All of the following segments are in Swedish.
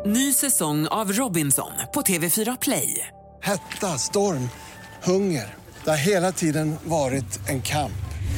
Ny säsong av Robinson på TV4 Play. Hetta, storm, hunger. Det har hela tiden varit en kamp.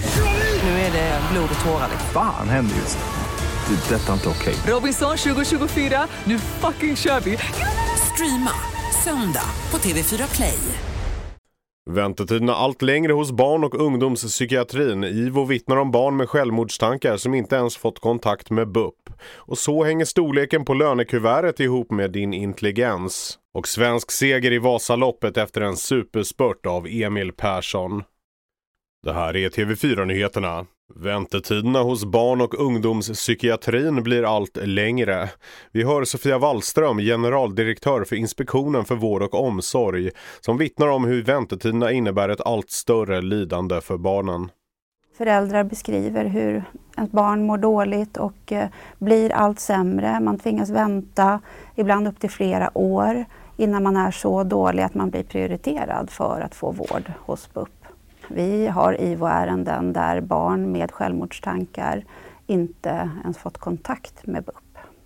Nu är det blod och tårar. Fan händer just nu. Det. Detta är inte okej. Robinson 2024, nu fucking kör vi. Streama söndag på TV4 Play. Väntetiderna allt längre hos barn- och ungdomspsykiatrin. IVO vittnar om barn med självmordstankar som inte ens fått kontakt med BUP. Och så hänger storleken på lönekuvertet ihop med din intelligens. Och svensk seger i Vasaloppet efter en superspurt av Emil Persson. Det här är TV4-nyheterna. Väntetiderna hos barn- och ungdomspsykiatrin blir allt längre. Vi hör Sofia Wallström, generaldirektör för Inspektionen för vård och omsorg, som vittnar om hur väntetiderna innebär ett allt större lidande för barnen. Föräldrar beskriver hur ett barn mår dåligt och blir allt sämre. Man tvingas vänta, ibland upp till flera år, innan man är så dålig att man blir prioriterad för att få vård hos BUP. Vi har IVO-ärenden där barn med självmordstankar inte ens fått kontakt med BUP.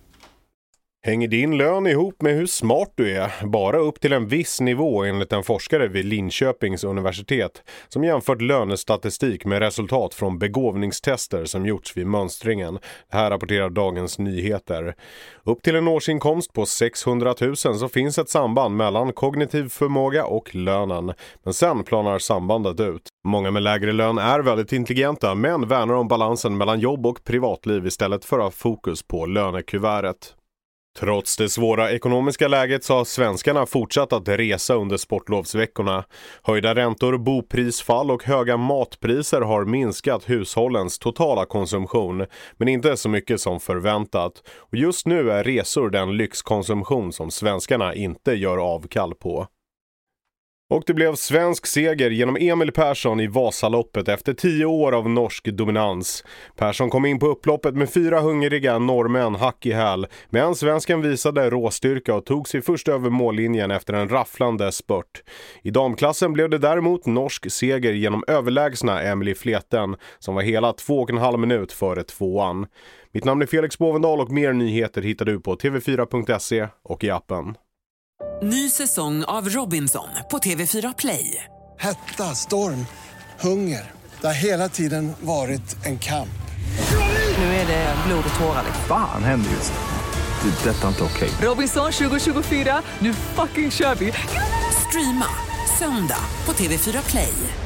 Hänger din lön ihop med hur smart du är? Bara upp till en viss nivå enligt en forskare vid Linköpings universitet som jämfört lönestatistik med resultat från begåvningstester som gjorts vid mönstringen. Det här rapporterar Dagens Nyheter. Upp till en årsinkomst på 600 000 så finns ett samband mellan kognitiv förmåga och lönen. Men sen planar sambandet ut. Många med lägre lön är väldigt intelligenta men värnar om balansen mellan jobb och privatliv istället för att ha fokus på lönekuvertet. Trots det svåra ekonomiska läget så har svenskarna fortsatt att resa under sportlovsveckorna. Höjda räntor, boprisfall och höga matpriser har minskat hushållens totala konsumtion, men inte så mycket som förväntat. Och just nu är resor den lyxkonsumtion som svenskarna inte gör avkall på. Och det blev svensk seger genom Emil Persson i Vasaloppet efter 10 år av norsk dominans. Persson kom in på upploppet med 4 hungriga norrmän hack i häl, men svensken visade råstyrka och tog sig först över mållinjen efter en rafflande spurt. I damklassen blev det däremot norsk seger genom överlägsna Emily Fleten som var hela 2,5 minut före tvåan. Mitt namn är Felix Bovendal och mer nyheter hittar du på tv4.se och i appen. Ny säsong av Robinson på TV4 Play. Hetta, storm, hunger. Det har hela tiden varit en kamp. Nu är det blod och tårar. Fan händer just nu. Det. Detta är inte okej. Robinson 2024, nu fucking kör vi. Streama söndag på TV4 Play.